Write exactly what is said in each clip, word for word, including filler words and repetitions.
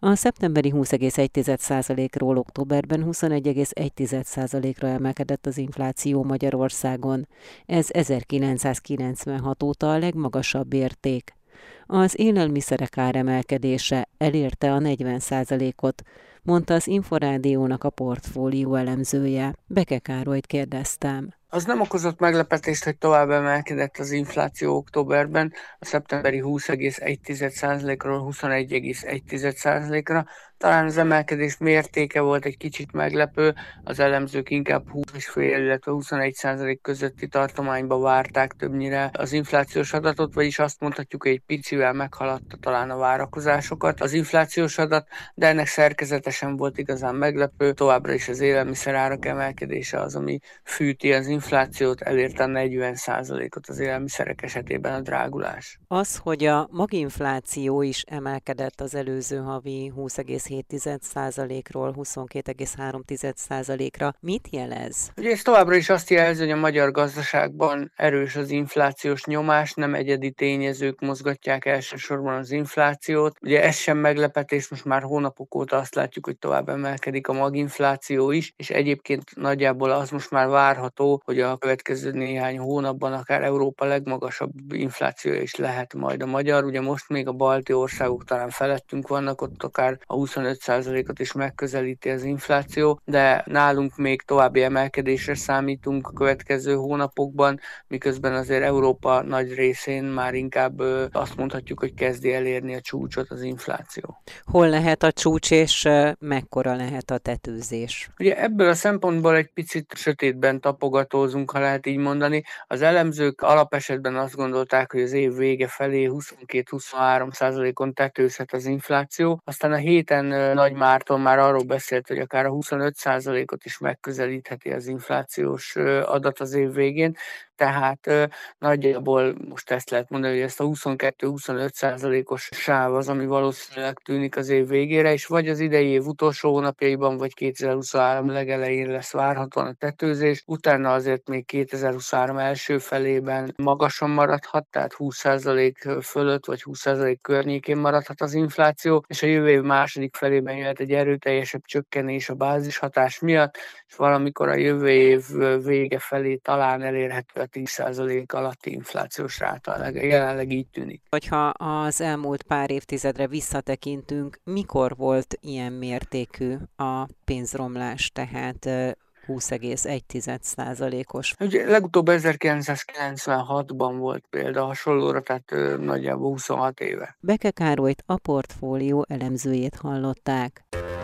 A szeptemberi húsz egész egy százalékról októberben huszonegy egész egy százalékra emelkedett az infláció Magyarországon. Ez ezerkilencszázkilencvenhat óta a legmagasabb érték. Az élelmiszerek áremelkedése elérte a negyven százalékot, mondta az Inforádiónak a portfólió elemzője. Beke Károlyt kérdeztem. Az nem okozott meglepetést, hogy tovább emelkedett az infláció októberben, a szeptemberi húsz egész egy százalékról huszonegy egész egy százalékra. Talán az emelkedés mértéke volt egy kicsit meglepő, az elemzők inkább húsz egész öt, illetve huszonegy százalék közötti tartományba várták többnyire az inflációs adatot, vagyis azt mondhatjuk, hogy egy picivel meghaladta talán a várakozásokat az inflációs adat, de ennek szerkezete sem volt igazán meglepő. Továbbra is az élelmiszerárak emelkedése az, ami fűti az inflációt, elérte a negyven százalékot az élelmiszerek esetében a drágulás. Az, hogy a maginfláció is emelkedett az előző havi húsz egész hét százalékról huszonkét egész három százalékra, mit jelez? Ugye ez továbbra is azt jelzi, hogy a magyar gazdaságban erős az inflációs nyomás, nem egyedi tényezők mozgatják elsősorban az inflációt. Ugye ez sem meglepetés, most már hónapok óta azt látjuk, hogy tovább emelkedik a maginfláció is, és egyébként nagyjából az most már várható, hogy a következő néhány hónapban akár Európa legmagasabb inflációja is lehet majd a magyar. Ugye most még a balti országok talán felettünk vannak, ott akár a huszonöt százalékot is megközelíti az infláció, de nálunk még további emelkedésre számítunk a következő hónapokban, miközben azért Európa nagy részén már inkább azt mondhatjuk, hogy kezdi elérni a csúcsot az infláció. Hol lehet a csúcs, és mekkora lehet a tetőzés? Ugye ebből a szempontból egy picit sötétben tapogatózunk, ha lehet így mondani. Az elemzők alapesetben azt gondolták, hogy az év vége felé huszonkét-huszonhárom százalékon tetőzhet az infláció. Aztán a héten Nagy Márton már arról beszélt, hogy akár a huszonöt százalékot is megközelítheti az inflációs adat az év végén. Tehát ö, nagyjából most ezt lehet mondani, hogy ezt a huszonkettő-huszonöt százalékos sáv az, ami valószínűleg tűnik az év végére, és vagy az idei év utolsó hónapjaiban, vagy kétezer-huszonhárom legelején lesz várhatóan a tetőzés, utána azért még kétezer-huszonhárom első felében magasan maradhat, tehát húsz százalék fölött, vagy húsz százalék környékén maradhat az infláció, és a jövő év második felében jöhet egy erőteljesebb csökkenés a bázishatás miatt, és valamikor a jövő év vége felé talán elérhető a tíz százalék alatti inflációs ráta, jelenleg így tűnik. Hogyha az elmúlt pár évtizedre visszatekintünk, mikor volt ilyen mértékű a pénzromlás, tehát húsz egész egy százalékos? Ugye legutóbb ezerkilencszázkilencvenhatban volt példa hasonlóra, tehát ö, nagyjából huszonhat éve. Beke Károlyt, a portfólió elemzőjét hallották.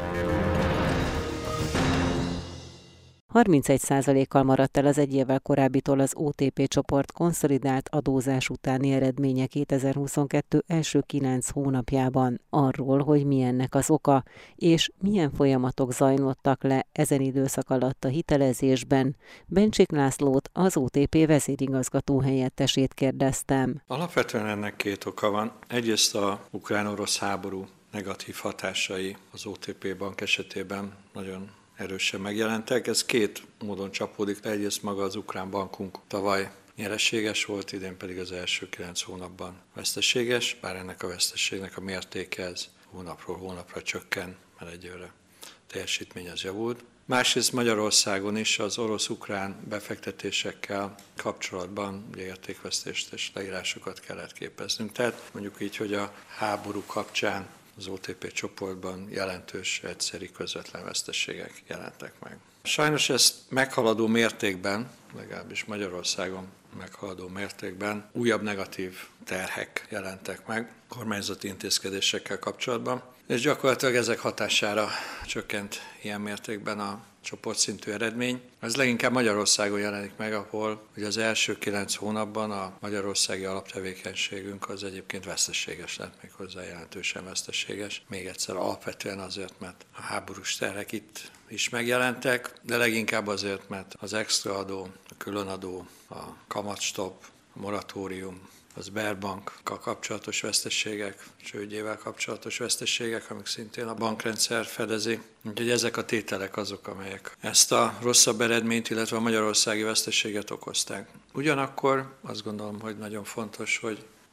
harmincegy százalékkal maradt el az egy évvel korábbitól az o té pé csoport konszolidált adózás utáni eredménye kétezer-huszonkettő első kilenc hónapjában. Arról, hogy mi ennek az oka, és milyen folyamatok zajlottak le ezen időszak alatt a hitelezésben, Bencsik Lászlót, az o té pé vezérigazgató helyettesét kérdeztem. Alapvetően ennek két oka van. Egyrészt a ukrán-orosz háború negatív hatásai az o té pé bank esetében nagyon erősen megjelentek. Ez két módon csapódik le. Egyrészt maga az ukrán bankunk tavaly nyereséges volt, idén pedig az első kilenc hónapban veszteséges, bár ennek a veszteségnek a mértéke ez hónapról hónapra csökken, mert egyőre teljesítmény az javult. Másrészt Magyarországon is az orosz-ukrán befektetésekkel kapcsolatban értékvesztést és leírásokat kellett képeznünk. Tehát mondjuk így, hogy a háború kapcsán az o té pé csoportban jelentős egyszeri közvetlen veszteségek jelentek meg. Sajnos ezt meghaladó mértékben, legalábbis Magyarországon meghaladó mértékben újabb negatív terhek jelentek meg kormányzati intézkedésekkel kapcsolatban, és gyakorlatilag ezek hatására csökkent ilyen mértékben a csoportszintű eredmény. Ez leginkább Magyarországon jelenik meg, ahol ugye az első kilenc hónapban a magyarországi alaptevékenységünk az egyébként veszteséges lett, méghozzá jelentősen veszteséges. Még egyszer alapvetően azért, mert a háborús terhek itt is megjelentek, de leginkább azért, mert az extra adó, a különadó, a kamatstop, a moratórium, az Sberbankkal kapcsolatos veszteségek, csődjével kapcsolatos veszteségek, amik szintén a bankrendszer fedezi. Úgyhogy ezek a tételek azok, amelyek ezt a rosszabb eredményt, illetve a magyarországi veszteséget okozták. Ugyanakkor azt gondolom, hogy nagyon fontos, hogy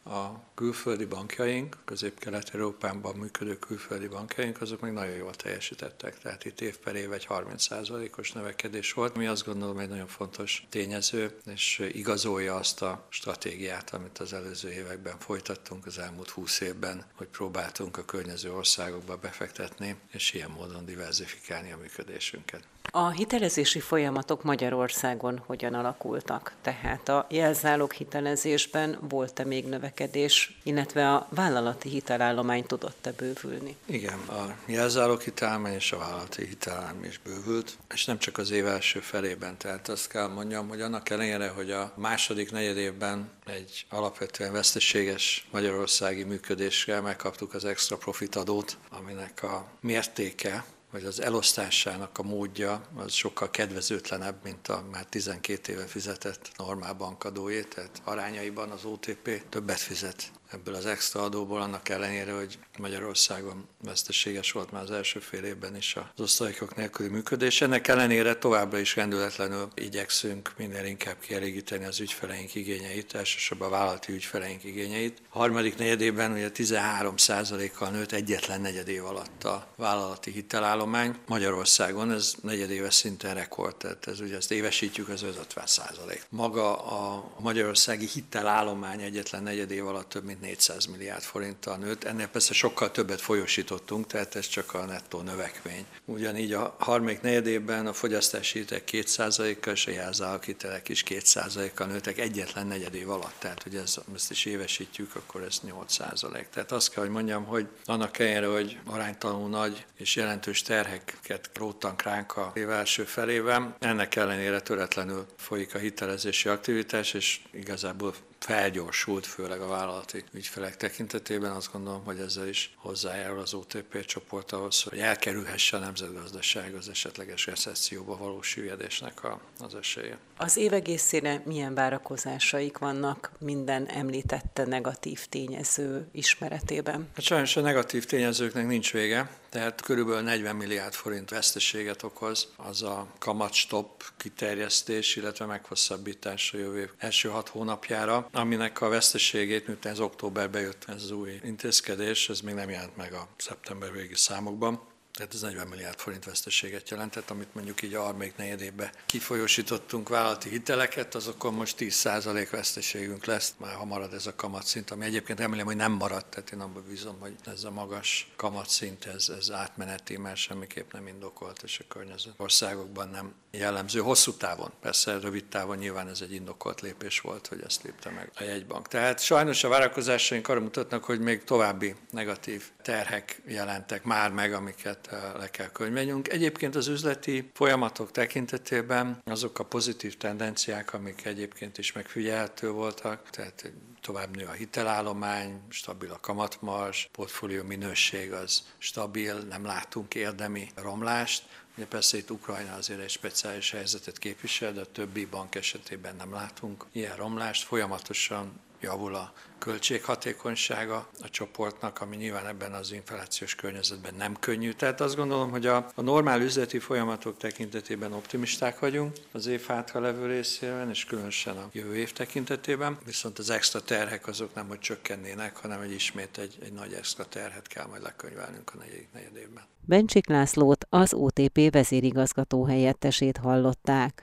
A külföldi bankjaink, Közép-Kelet-Európában működő külföldi bankjaink, azok meg nagyon jól teljesítettek. Tehát itt év per év egy harminc százalékos növekedés volt, ami azt gondolom egy nagyon fontos tényező, és igazolja azt a stratégiát, amit az előző években folytattunk, az elmúlt húsz évben, hogy próbáltunk a környező országokba befektetni, és ilyen módon diverzifikálni a működésünket. A hitelezési folyamatok Magyarországon hogyan alakultak? Tehát a jelzálog hitelezésben volt-e még növekedés, illetve a vállalati hitelállomány tudott-e bővülni? Igen, a jelzálog hitelállomány és a vállalati hitelállomány is bővült, és nem csak az év első felében. Tehát azt kell mondjam, hogy annak ellenére, hogy a második negyedévben egy alapvetően veszteséges magyarországi működésre megkaptuk az extra profit adót, aminek a mértéke, vagy az elosztásának a módja az sokkal kedvezőtlenebb, mint a már tizenkét éve fizetett normál bankadóé, tehát arányaiban az o té pé többet fizet ebből az extra adóból, annak ellenére, hogy Magyarországon veszteséges volt már az első fél évben is az osztalékok nélküli működés. Ennek ellenére továbbra is rendületlenül igyekszünk minél inkább kielégíteni az ügyfeleink igényeit, elsősorban a vállalati ügyfeleink igényeit. A harmadik negyedében ugye tizenhárom százalékkal nőtt egyetlen negyed év alatt a vállalati hitelállomány. Magyarországon ez negyedéves szinten rekord, tehát ez ugye ezt évesítjük, az ötven százalék. Maga a magyarországi hitelállomány egyetlen negyed év alatt több mint négyszáz milliárd forinttal nőtt. Ennél persze sokkal többet folyósítottunk, tehát ez csak a nettó növekmény. Ugyanígy a harmadik negyedében a fogyasztási hitelek két százalékkal és a jelzálog hitelek is két százalékkal nőttek egyetlen negyed év alatt. Tehát, hogy ez, ezt is évesítjük, akkor ez nyolc százalék. Tehát azt kell, hogy mondjam, hogy annak ellenére, hogy aránytalanul nagy és jelentős terheket róttank ránk a év első felében, ennek ellenére töretlenül folyik a hitelezési aktivitás, és igazából felgyorsult, főleg a vállalati ügyfelek tekintetében. Azt gondolom, hogy ezzel is hozzájárul az o té pé csoport ahhoz, hogy elkerülhesse a nemzetgazdaság az esetleges recesszióba való süllyedésnek a, az esélye. Az év egészére milyen várakozásaik vannak minden említette negatív tényező ismeretében? Hát sajnos a negatív tényezőknek nincs vége, tehát körülbelül negyven milliárd forint veszteséget okoz az a kamatstop kiterjesztés, illetve meghosszabbítás a jövő év első hat hónapjára, aminek a veszteségét, miután ez októberben jött ez az új intézkedés, ez még nem jelent meg a szeptember végi számokban. Tehát ez negyven milliárd forint veszteséget jelentett, amit mondjuk így a harmadik negyedévben kifolyósítottunk vállalati hiteleket, azokon most tíz százalék veszteségünk lesz, már ha marad ez a kamatszint, ami egyébként remélem, hogy nem marad, tehát én abban bízom, hogy ez a magas kamatszint, ez, ez átmeneti, már semmiképp nem indokolt, és a környező országokban nem jellemző. Hosszú távon, persze rövid távon nyilván ez egy indokolt lépés volt, hogy ezt lépte meg a jegybank. Tehát sajnos a várakozásaink arra mutatnak, hogy még további negatív terhek jelentek már meg, amiket le kell könyvelnünk. Egyébként az üzleti folyamatok tekintetében azok a pozitív tendenciák, amik egyébként is megfigyelhető voltak, tehát tovább nő a hitelállomány, stabil a kamatmarzs, portfólió minőség az stabil, nem látunk érdemi romlást. Ugye persze itt Ukrajna azért egy speciális helyzetet képvisel, de a többi bank esetében nem látunk ilyen romlást, folyamatosan javul a költséghatékonysága a csoportnak, ami nyilván ebben az inflációs környezetben nem könnyű. Tehát azt gondolom, hogy a, a normál üzleti folyamatok tekintetében optimisták vagyunk az év hátra levő részében, és különösen a jövő év tekintetében, viszont az extra terhek azok nem, hogy csökkennének, hanem hogy ismét egy, egy nagy extra terhet kell majd lekönyvelnünk a negyedik negyed évben. Bencsik Lászlót, az o té pé vezérigazgató helyettesét hallották.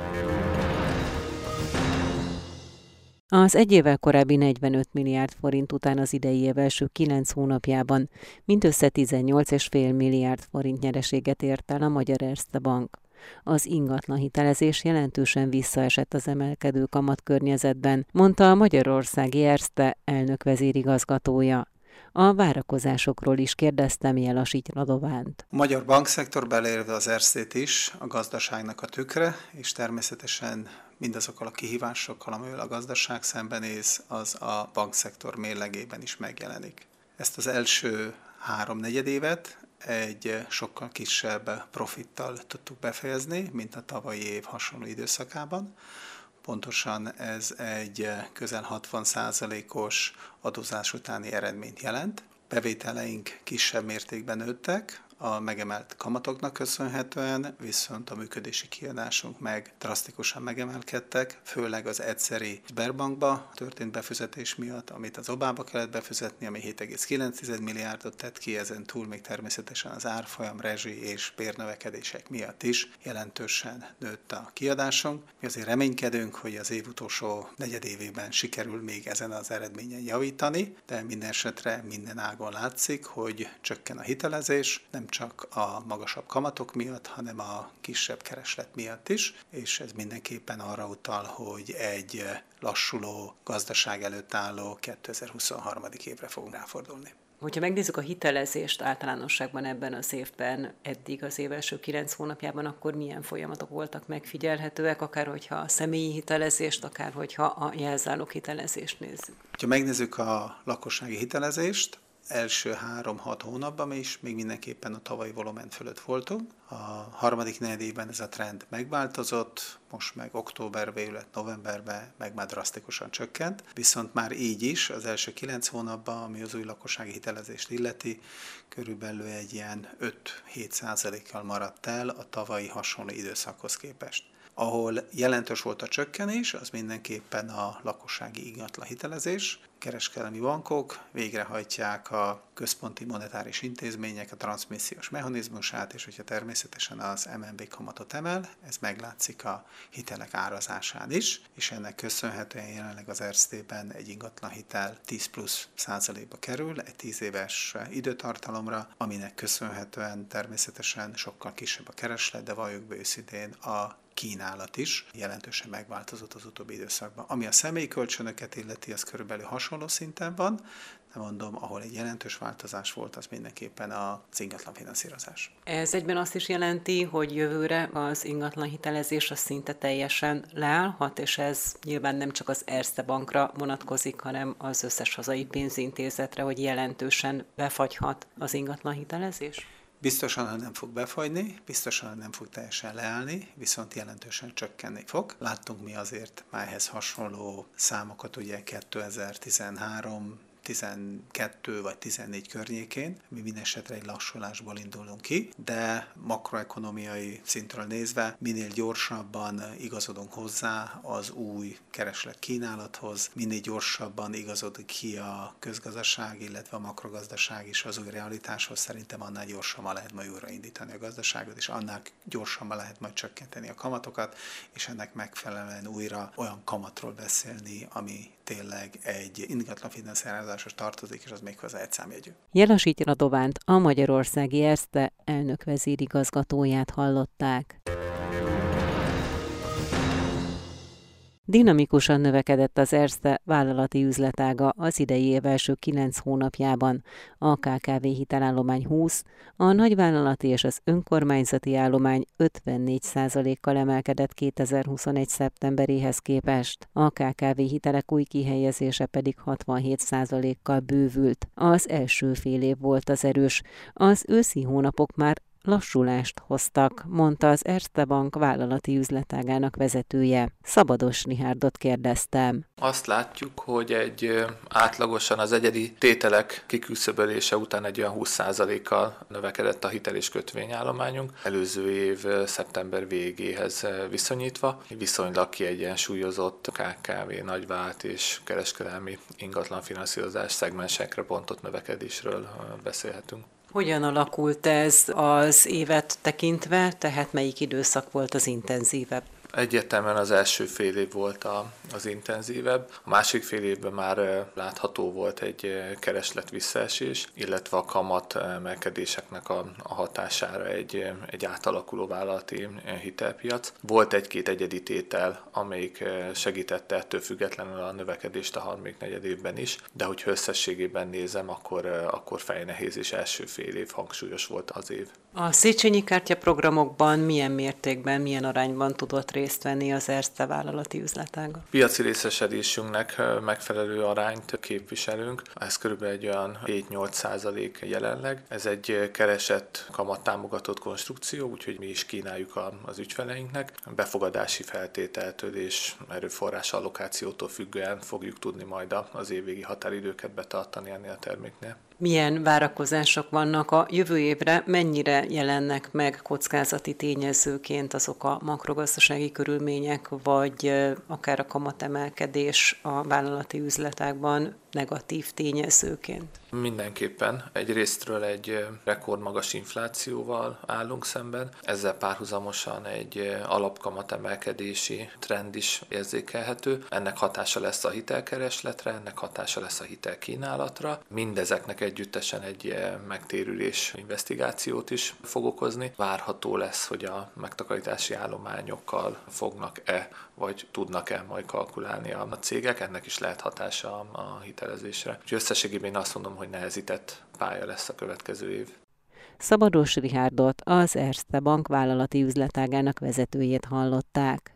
Az egy évvel korábbi negyvenöt milliárd forint után az idei év első kilenc hónapjában mindössze tizennyolc egész öt milliárd forint nyereséget ért el a Magyar Erste Bank. Az ingatlan hitelezés jelentősen visszaesett az emelkedő kamatkörnyezetben, mondta a Magyarországi Erste elnök vezérigazgatója. A várakozásokról is kérdeztem Jelasity Radovánt. A magyar bankszektor, beleértve az Erstét is, a gazdaságnak a tükre, és természetesen mindazokkal a kihívásokkal, amivel a gazdaság szembenéz, az a bankszektor mérlegében is megjelenik. Ezt az első három negyedévet egy sokkal kisebb profittal tudtuk befejezni, mint a tavalyi év hasonló időszakában. Pontosan ez egy közel hatvan százalékos adózás utáni eredményt jelent. Bevételeink kisebb mértékben nőttek, a megemelt kamatoknak köszönhetően, viszont a működési kiadásunk meg drasztikusan megemelkedtek, főleg az egyszeri Sberbankba történt befizetés miatt, amit az obába kellett befizetni, ami hét egész kilenc milliárdot tett ki, ezen túl még természetesen az árfolyam, rezsi és bérnövekedések miatt is jelentősen nőtt a kiadásunk. Mi azért reménykedünk, hogy az év utolsó negyedévében sikerül még ezen az eredményen javítani, de minden esetre minden ágon látszik, hogy csökken a hitelezés, nem csak a magasabb kamatok miatt, hanem a kisebb kereslet miatt is, és ez mindenképpen arra utal, hogy egy lassuló gazdaság előtt álló kétezer-huszonhárom. évre fogunk ráfordulni. Hogyha megnézzük a hitelezést általánosságban ebben az évben, eddig az év első kilenc hónapjában, akkor milyen folyamatok voltak megfigyelhetőek, akár hogyha a személyi hitelezést, akár hogyha a jelzálog hitelezést nézzük? Ha megnézzük a lakossági hitelezést, első három-hat hónapban is még mindenképpen a tavalyi volumen fölött voltunk. A harmadik negyedévben ez a trend megváltozott, most meg októberbe, illetve novemberben meg már drasztikusan csökkent, viszont már így is az első kilenc hónapban, ami az új lakossági hitelezést illeti, körülbelül egy ilyen öt-hét százalékkal maradt el a tavalyi hasonló időszakhoz képest. Ahol jelentős volt a csökkenés, az mindenképpen a lakossági ingatlan hitelezés. Kereskedelmi bankok végrehajtják a központi monetáris intézmények a transzmissziós mechanizmusát, és hogyha természetesen az em en bé kamatot emel, ez meglátszik a hitelek árazásán is, és ennek köszönhetően jelenleg az Erste-ben egy ingatlan hitel tíz plusz százalékba kerül, egy tíz éves időtartalomra, aminek köszönhetően természetesen sokkal kisebb a kereslet, de valljuk be őszintén a kínálat is jelentősen megváltozott az utóbbi időszakban. Ami a személyi kölcsönöket illeti, az körülbelül hasonló szinten van, de mondom, ahol egy jelentős változás volt, az mindenképpen az ingatlan finanszírozás. Ez egyben azt is jelenti, hogy jövőre az ingatlan hitelezés az szinte teljesen leállhat, és ez nyilván nem csak az Erste Bankra vonatkozik, hanem az összes hazai pénzintézetre, hogy jelentősen befagyhat az ingatlan hitelezés? Biztosan, hogy nem fog befagyni, biztosan, hogy nem fog teljesen leállni, viszont jelentősen csökkenni fog. Láttunk mi azért már ehhez hasonló számokat ugye kétezer-tizenhárom, tizenkettő vagy tizennégy környékén. Mi mindesetre egy lassulásból indulunk ki, de makroekonomiai szintről nézve minél gyorsabban igazodunk hozzá az új kereslet kínálathoz, minél gyorsabban igazodik ki a közgazdaság, illetve a makrogazdaság is az új realitáshoz, szerintem annál gyorsabban lehet majd újraindítani a gazdaságot, és annál gyorsabban lehet majd csökkenteni a kamatokat, és ennek megfelelően újra olyan kamatról beszélni, ami tényleg egy ingatlan finanszírozáshoz tartozik, és az méghozzá egy számjegyű. Jelesít Radovánt, a magyarországi Erste elnök vezérigazgatóját hallották. Dinamikusan növekedett az Erste vállalati üzletága az idei év első kilenc hónapjában. A ká ká vé hitelállomány húsz, a nagyvállalati és az önkormányzati állomány ötvennégy százalékkal emelkedett kétezer-huszonegy szeptemberéhez képest. A ká ká vé hitelek új kihelyezése pedig hatvanhét százalékkal bővült. Az első fél év volt az erős. Az őszi hónapok már lassulást hoztak, mondta az Erste Bank vállalati üzletágának vezetője. Szabados Rihárdot kérdeztem. Azt látjuk, hogy egy átlagosan az egyedi tételek kiküszöbölése után egy olyan húsz százalékkal növekedett a hitel- és kötvényállományunk. Előző év szeptember végéhez viszonyítva viszonylag kiegyensúlyozott ká ká vé, nagyvállalat és kereskedelmi ingatlan finanszírozás szegmensekre bontott növekedésről beszélhetünk. Hogyan alakult ez az évet tekintve, tehát melyik időszak volt az intenzívebb? Egyértelműen az első fél év volt a, az intenzívebb, a másik fél évben már látható volt egy kereslet visszaesés, illetve a kamat emelkedéseknek a, a hatására egy, egy átalakuló vállalati hitelpiac. Volt egy-két egyedi tétel, amelyik segítette ettől függetlenül a növekedést a harmadik negyed évben is, de hogyha összességében nézem, akkor, akkor fejnehéz és első fél év hangsúlyos volt az év. A Széchenyi kártyaprogramokban milyen mértékben, milyen arányban tudott részt venni az Erste vállalati üzletága? Piaci részesedésünknek megfelelő arányt képviselünk, ez körülbelül egy olyan hét-nyolc százalék jelenleg. Ez egy keresett kamattámogatott konstrukció, úgyhogy mi is kínáljuk az ügyfeleinknek. Befogadási feltételtől és erőforrás allokációtól függően fogjuk tudni majd az évvégi határidőket betartani ennél a terméknél. Milyen várakozások vannak a jövő évre, mennyire jelennek meg kockázati tényezőként azok a makrogazdasági körülmények, vagy akár a kamatemelkedés a vállalati üzletágban negatív tényezőként? Mindenképpen. Egyrésztről egy rekordmagas inflációval állunk szemben, ezzel párhuzamosan egy alapkamatemelkedési trend is érzékelhető. Ennek hatása lesz a hitelkeresletre, ennek hatása lesz a hitelkínálatra. Mindezeknek együttesen egy megtérülés investigációt is fog okozni. Várható lesz, hogy a megtakarítási állományokkal fognak-e, vagy tudnak-e majd kalkulálni a cégek, ennek is lehet hatása a hitelezésre. Úgyhogy összességében én azt mondom, hogy nehezített pálya lesz a következő év. Szabados Richárdot, az Erste Bank vállalati üzletágának vezetőjét hallották.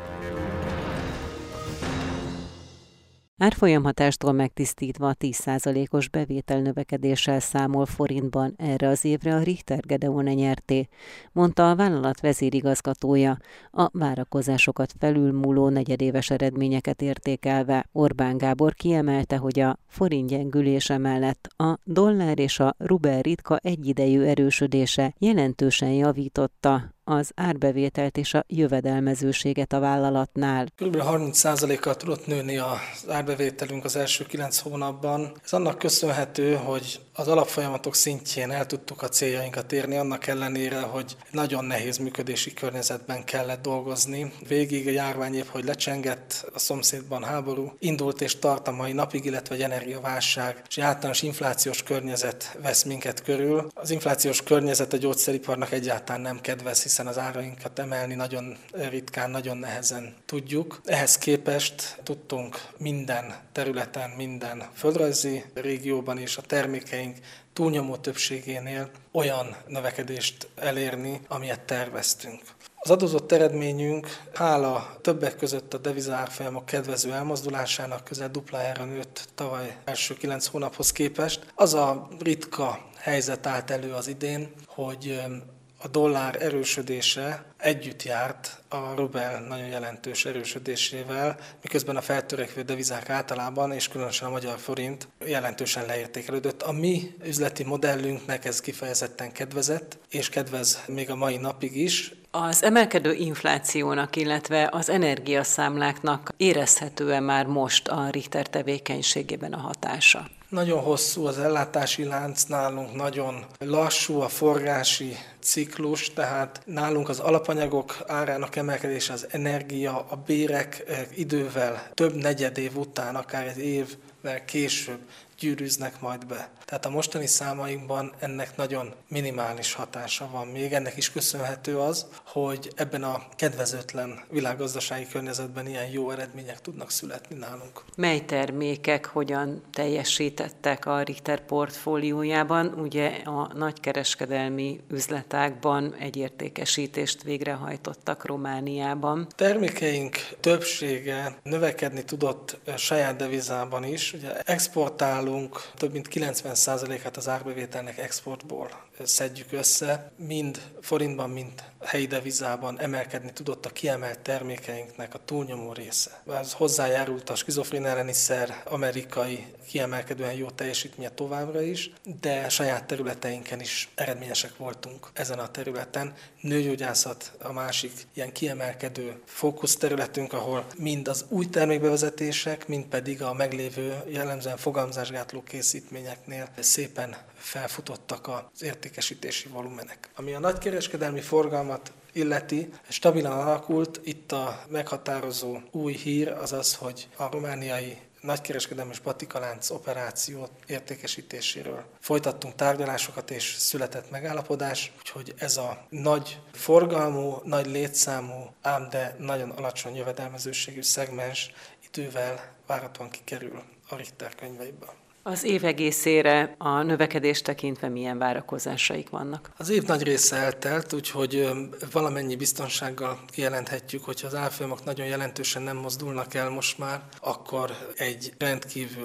Árfolyamhatástól megtisztítva tíz százalékos bevételnövekedéssel számol forintban erre az évre a Richter Gedeon nyerté, mondta a vállalat vezérigazgatója, a várakozásokat felülmúló negyedéves eredményeket értékelve. Orbán Gábor kiemelte, hogy a forint gyengülése mellett a dollár és a rubel ritka egyidejű erősödése jelentősen javította az árbevételt és a jövedelmezőséget a vállalatnál. Körülbelül harminc százalékkal tudott nőni az árbevételünk az első kilenc hónapban. Ez annak köszönhető, hogy az alapfolyamatok szintjén el tudtuk a céljainkat érni, annak ellenére, hogy nagyon nehéz működési környezetben kellett dolgozni. Végig a járványév, hogy lecsengett, a szomszédban háború indult és tart a mai napig, illetve egy energiaválság, és általános inflációs környezet vesz minket körül. Az inflációs környezet a gyógyszeriparnak egyáltalán nem kedvez, hiszen az árainkat emelni nagyon ritkán, nagyon nehezen tudjuk. Ehhez képest tudtunk minden területen, minden földrajzi régióban és a termékeink túlnyomó többségénél olyan növekedést elérni, amilyet terveztünk. Az adózott eredményünk hála többek között a devizaárfolyamok kedvező elmozdulásának közel duplájára nőtt tavaly első kilenc hónaphoz képest. Az a ritka helyzet állt elő az idén, hogy a dollár erősödése együtt járt a rubel nagyon jelentős erősödésével, miközben a feltörekvő devizák általában, és különösen a magyar forint jelentősen leértékelődött. A mi üzleti modellünknek ez kifejezetten kedvezett, és kedvez még a mai napig is. Az emelkedő inflációnak, illetve az energiaszámláknak érezhető-e már most a Richter tevékenységében a hatása? Nagyon hosszú az ellátási lánc nálunk, nagyon lassú a forrási ciklus, tehát nálunk az alapanyagok árának emelkedése, az energia, a bérek idővel több negyed év után, akár egy évvel később gyűrűznek majd be. Tehát a mostani számainkban ennek nagyon minimális hatása van még. Ennek is köszönhető az, hogy ebben a kedvezőtlen világgazdasági környezetben ilyen jó eredmények tudnak születni nálunk. Mely termékek hogyan teljesítettek a Richter portfóliójában? Ugye a nagykereskedelmi üzletágban egy értékesítést végrehajtottak Romániában. Termékeink többsége növekedni tudott saját devizában is. Ugye exportálunk, több mint kilencven százalékát az árbevételnek exportból szedjük össze, mind forintban, mind helyi devizában emelkedni tudott a kiemelt termékeinknek a túlnyomó része. Ez hozzájárult a skizofrén elleni szer amerikai kiemelkedően jó teljesítménye továbbra is, de saját területeinken is eredményesek voltunk ezen a területen. Nőgyógyászat a másik ilyen kiemelkedő fókuszterületünk, ahol mind az új termékbevezetések, mind pedig a meglévő jellemzően fogalmazásgátló készítményeknél szépen felfutottak az értékesítési volumenek. Ami a nagykereskedelmi forgalmat illeti, stabilan alakult, itt a meghatározó új hír az az, hogy a romániai nagykereskedelmi és patikalánc operáció értékesítéséről folytattunk tárgyalásokat, és született megállapodás, úgyhogy ez a nagy forgalmú, nagy létszámú, ám de nagyon alacsony jövedelmezőségű szegmens idővel várhatóan kikerül a Richter könyveiből. Az év egészére a növekedést tekintve milyen várakozásaik vannak? Az év nagy része eltelt, úgyhogy valamennyi biztonsággal kijelenthetjük, hogyha az árfolyamok nagyon jelentősen nem mozdulnak el most már, akkor egy rendkívül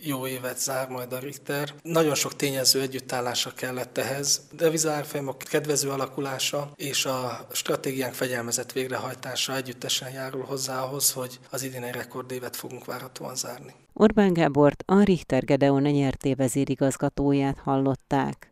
jó évet zár majd a Richter. Nagyon sok tényező együttállása kellett ehhez. Devizaárfolyamok kedvező alakulása és a stratégiánk fegyelmezett végrehajtása együttesen járul hozzá ahhoz, hogy az idén egy rekordévet fogunk várhatóan zárni. Orbán Gábort, a Richter Gedeon en er té vezérigazgatóját hallották.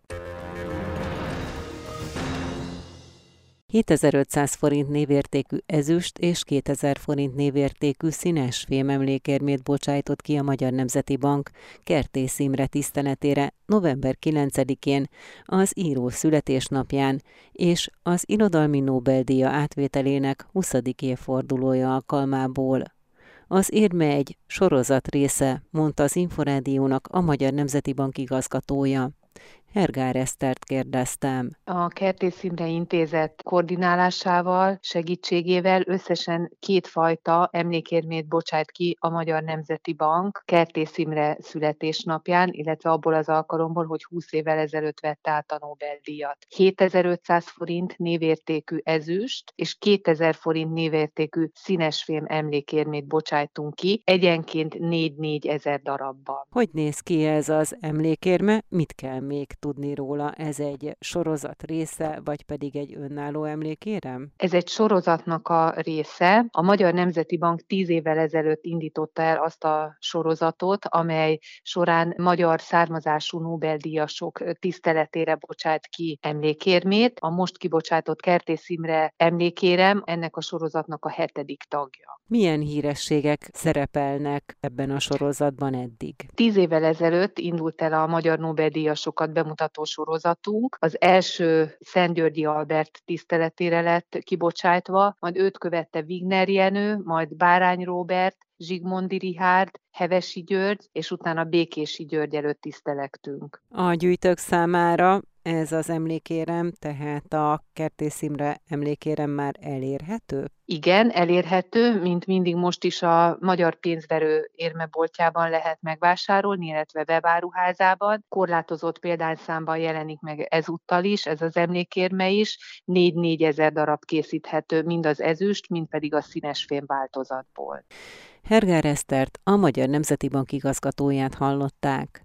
hétezer-ötszáz forint névértékű ezüst és kétezer forint névértékű színes fém emlékérmét bocsájtott ki a Magyar Nemzeti Bank Kertész Imre tiszteletére november kilencedikén, az író születésnapján és az irodalmi Nobel-díja átvételének huszadik évfordulója alkalmából. Az érme egy sorozat része, mondta az Inforádiónak a Magyar Nemzeti Bank igazgatója. Hergár Esztert kérdeztem. A Kertész Imre Intézet koordinálásával, segítségével összesen kétfajta emlékérmét bocsájt ki a Magyar Nemzeti Bank Kertész Imre születésnapján, illetve abból az alkalomból, hogy húsz évvel ezelőtt vette át a Nobel-díjat. hétezer-ötszáz forint névértékű ezüst és kétezer forint névértékű színesfém emlékérmét bocsájtunk ki, egyenként négy-négy ezer darabban. Hogy néz ki ez az emlékérme? Mit kell még tudni róla? Ez egy sorozat része, vagy pedig egy önálló emlékérem? Ez egy sorozatnak a része. A Magyar Nemzeti Bank tíz évvel ezelőtt indította el azt a sorozatot, amely során magyar származású Nobel-díjasok tiszteletére bocsát ki emlékérmét. A most kibocsátott Kertész Imre emlékérem ennek a sorozatnak a hetedik tagja. Milyen hírességek szerepelnek ebben a sorozatban eddig? Tíz évvel ezelőtt indult el a magyar Nobel-díjasokat bemutató sorozatunk. Az első Szentgyörgyi Albert tiszteletére lett kibocsátva, majd őt követte Wigner Jenő, majd Bárány Róbert, Zsigmondy Richárd, Hevesi György, és utána Békési György előtt tisztelektünk. A gyűjtők számára ez az emlékérem, tehát a Kertész Imre emlékérem már elérhető? Igen, elérhető, mint mindig most is a Magyar Pénzverő érmeboltjában lehet megvásárolni, illetve webáruházában. Korlátozott példányszámban jelenik meg ezúttal is, ez az emlékérme is. négy-négy ezer darab készíthető, mind az ezüst, mind pedig a színesfém változatból. Hergár Esztert, a Magyar Nemzeti Bank igazgatóját hallották.